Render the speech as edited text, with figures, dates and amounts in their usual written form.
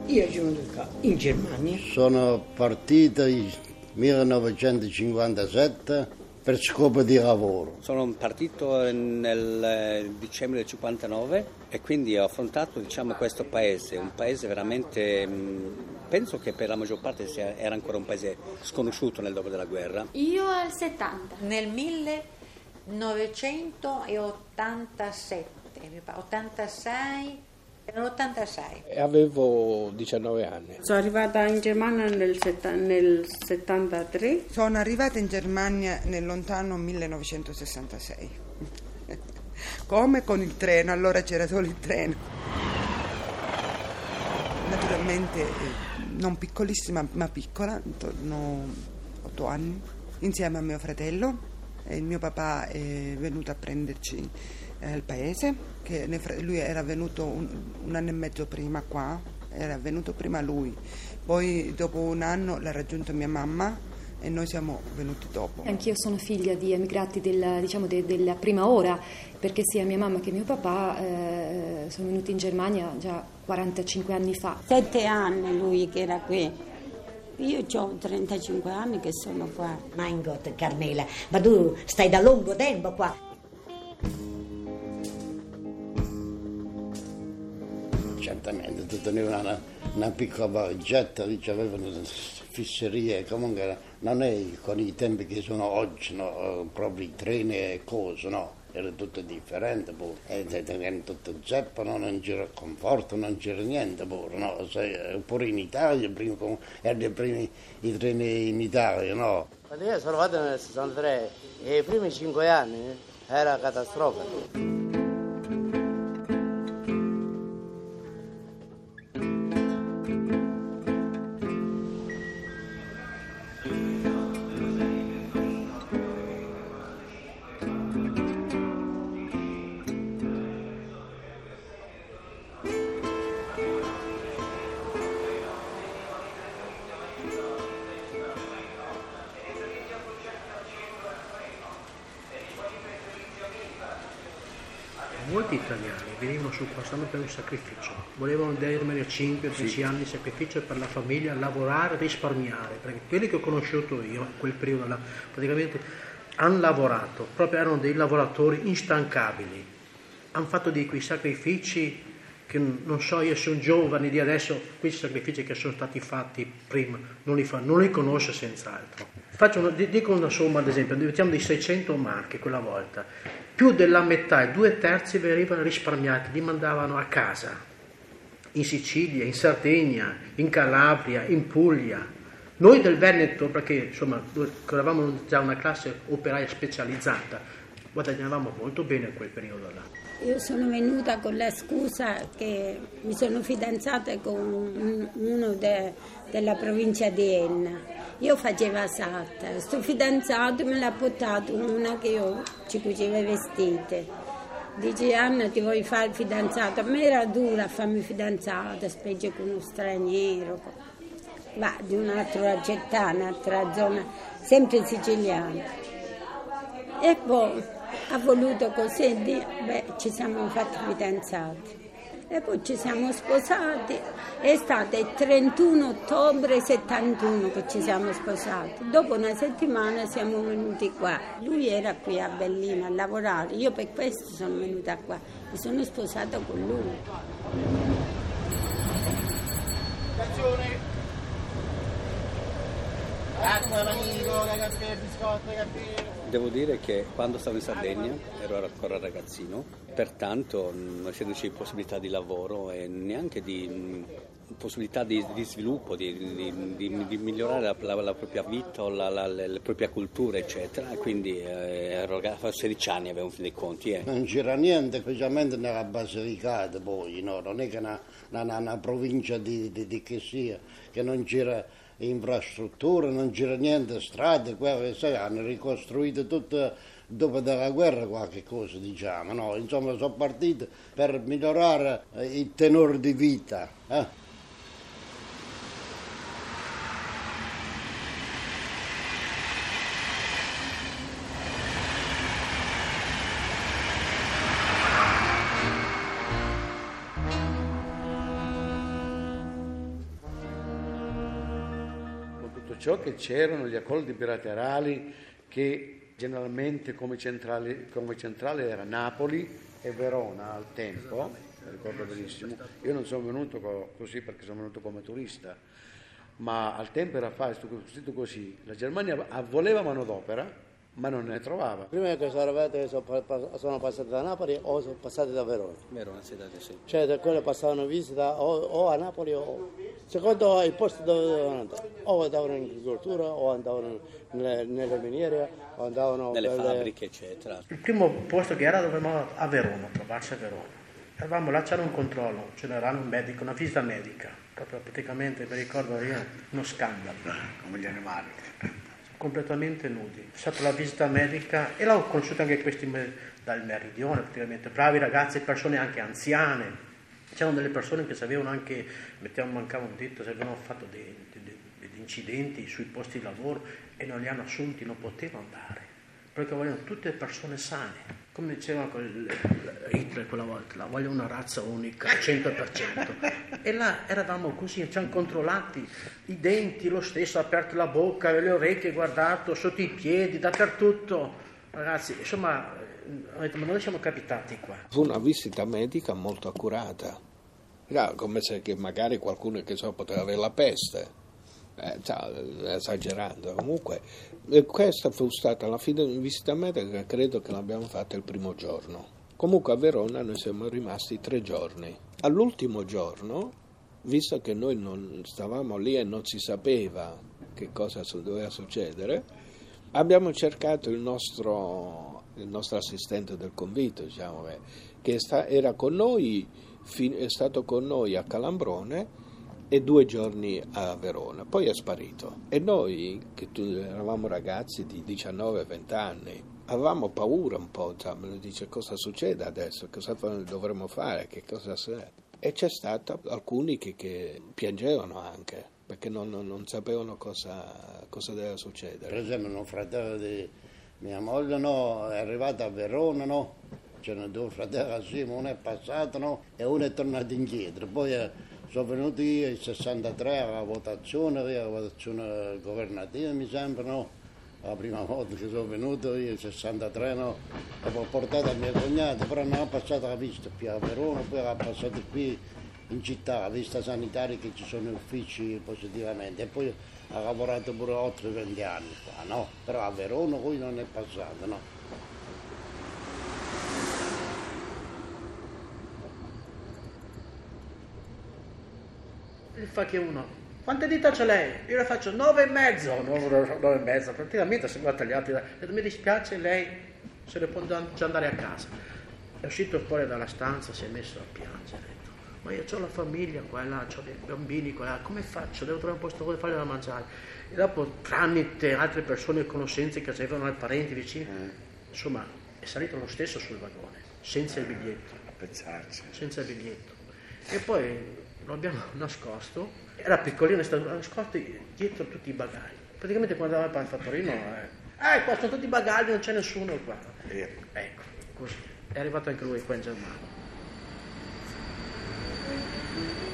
Io sono qua in Germania. Sono partito nel 1957 per scopo di lavoro. Sono partito nel dicembre del 59 e quindi ho affrontato questo paese, un paese veramente, penso che per la maggior parte era ancora un paese sconosciuto nel dopo della guerra. Io al 70. Nel 1987, mi pare, 86. Nell'86. Avevo 19 anni. Sono arrivata in Germania nel 73. Sono arrivata in Germania nel lontano 1966. Come con il treno, allora c'era solo il treno. Naturalmente non piccolissima ma piccola, intorno a 8 anni, insieme a mio fratello. E il mio papà è venuto a prenderci al paese, che lui era venuto un anno e mezzo prima qua, era venuto prima lui, poi dopo un anno l'ha raggiunto mia mamma e noi siamo venuti dopo. Anch'io sono figlia di emigrati della prima ora, perché sia mia mamma che mio papà sono venuti in Germania già 45 anni fa. 7 anni lui che era qui. Io ho 35 anni che sono qua. Mein Gott, Carmela, ma tu stai da lungo tempo qua. Certamente, tu tenevi una piccola valigetta, avevano fisserie, comunque non è con i tempi che sono oggi, no? Proprio i treni e cose, no? Era tutto differente, tenevano tutto zeppo, no? Non c'era conforto, non c'era niente, no? Pure in Italia, erano i treni in Italia, no? Quando io sono arrivato nel 63 e i primi 5 anni era catastrofe. Molti italiani venivano su qua solo per un sacrificio, volevano dormire 5-10 anni di sacrificio per la famiglia, lavorare, risparmiare, perché quelli che ho conosciuto io in quel periodo là, praticamente hanno lavorato, proprio erano dei lavoratori instancabili, hanno fatto di quei sacrifici che non so, io sono giovane di adesso, questi sacrifici che sono stati fatti prima non li conosco senz'altro. Dico una somma, ad esempio, mettiamo di 600 marche quella volta, più della metà, 2/3 venivano risparmiati, li mandavano a casa, in Sicilia, in Sardegna, in Calabria, in Puglia. Noi del Veneto, perché insomma eravamo già una classe operaia specializzata, guadagnavamo molto bene in quel periodo là. Io sono venuta con la scusa che mi sono fidanzata con uno della provincia di Enna. Io facevo sarta, sto fidanzato me l'ha portato una che io ci cuciva i vestiti. Dice: Anna, ti vuoi fare il fidanzato? A me era dura a farmi fidanzata, specie con uno straniero, ma di un'altra città, un'altra zona, sempre siciliana. E poi ha voluto così, ci siamo fatti fidanzati. E poi ci siamo sposati, è stato il 31 ottobre 71 che ci siamo sposati. Dopo una settimana siamo venuti qua. Lui era qui a Berlino a lavorare, io per questo sono venuta qua, mi sono sposata con lui. Attenzione! Devo dire che quando stavo in Sardegna ero ancora ragazzino, pertanto non essendoci possibilità di lavoro e neanche di possibilità di sviluppo, di migliorare la propria vita o la propria cultura, eccetera, e quindi ero a 16 anni, avevo un fin dei conti. Non c'era niente, specialmente nella Basilicata poi, no? Non è che una provincia di che sia, che non c'era infrastrutture, non c'era niente, strade, hanno ricostruito tutto dopo della guerra qualche cosa, diciamo, no? Insomma, sono partito per migliorare il tenore di vita. ciò che c'erano gli accordi bilaterali che generalmente come centrale era Napoli e Verona al tempo, mi ricordo benissimo. Io non sono venuto così perché sono venuto come turista, ma al tempo era scritto così: la Germania voleva manodopera ma non ne trovava. Prima che sono arrivati sono passati da Napoli o sono passati da Verona? Verona, sì. Cioè da quello passavano visita o a Napoli o secondo i posti dove dovevano andare. O andavano in agricoltura o andavano nelle miniere o andavano nelle fabbriche eccetera. Il primo posto che era dovevamo a Verona, trovarci a Verona. Eravamo là, c'era un controllo, c'era un medico, una visita medica, proprio praticamente mi ricordo io uno scandalo. Come gli animali. Completamente nudi. È stata la visita medica e l'ho conosciuto anche questi dal meridione, praticamente bravi ragazzi, persone anche anziane. C'erano delle persone che avevano anche, mancava un detto, se avevano fatto degli incidenti sui posti di lavoro e non li hanno assunti, non potevano andare, perché vogliono tutte persone sane. Come diceva Hitler quella volta, voglio una razza unica, 100%. E là eravamo così, ci hanno controllati i denti, lo stesso, aperto la bocca, le orecchie, guardato, sotto i piedi, dappertutto. Ragazzi, insomma, ma noi siamo capitati qua. Fu una visita medica molto accurata. Era come se che magari qualcuno che poteva avere la peste. Esagerando, comunque questa fu stata la fine di visita medica, credo che l'abbiamo fatta il primo giorno. Comunque a Verona noi siamo rimasti 3 giorni. All'ultimo giorno, visto che noi non stavamo lì e non si sapeva che cosa doveva succedere, abbiamo cercato il nostro assistente del convito, diciamo, che era con noi, è stato con noi a Calambrone e 2 giorni a Verona, poi è sparito. E noi, che eravamo ragazzi di 19-20 anni, avevamo paura un po', dice cosa succede adesso, cosa dovremmo fare, che cosa succede? E c'è stato alcuni che piangevano anche, perché non sapevano cosa doveva succedere. Per esempio un fratello di mia moglie è arrivato a Verona, c'erano 2 fratelli assieme, uno è passato e uno è tornato indietro. Poi sono venuto io nel 63 alla votazione governativa, mi sembra, la prima volta che sono venuto io nel 63, avevo portato a mio cognato, però non ho passato la visita più a Verona, poi l'ho passato qui in città, la visita sanitaria, che ci sono uffici positivamente, e poi ha lavorato pure oltre 20 anni qua, però a Verona poi non è passato, E fa che uno, quante dita c'è lei? Io le faccio 9,5. 9,5, praticamente sembrava tagliati. Mi dispiace, lei se ne può già andare a casa. È uscito fuori dalla stanza, si è messo a piangere. Ha detto, ma io ho la famiglia qua e là, ho dei bambini qua e là, come faccio? Devo trovare un posto dove farli da mangiare. E dopo, tramite altre persone e conoscenze che avevano ai parenti vicini, insomma, è salito lo stesso sul vagone, senza il biglietto. A pensarci. Senza il biglietto. E poi lo abbiamo nascosto, era piccolino, è stato nascosto dietro tutti i bagagli. Praticamente quando andavamo al fattorino, qua sono tutti i bagagli, non c'è nessuno qua. Ecco, così. È arrivato anche lui qua in Germania.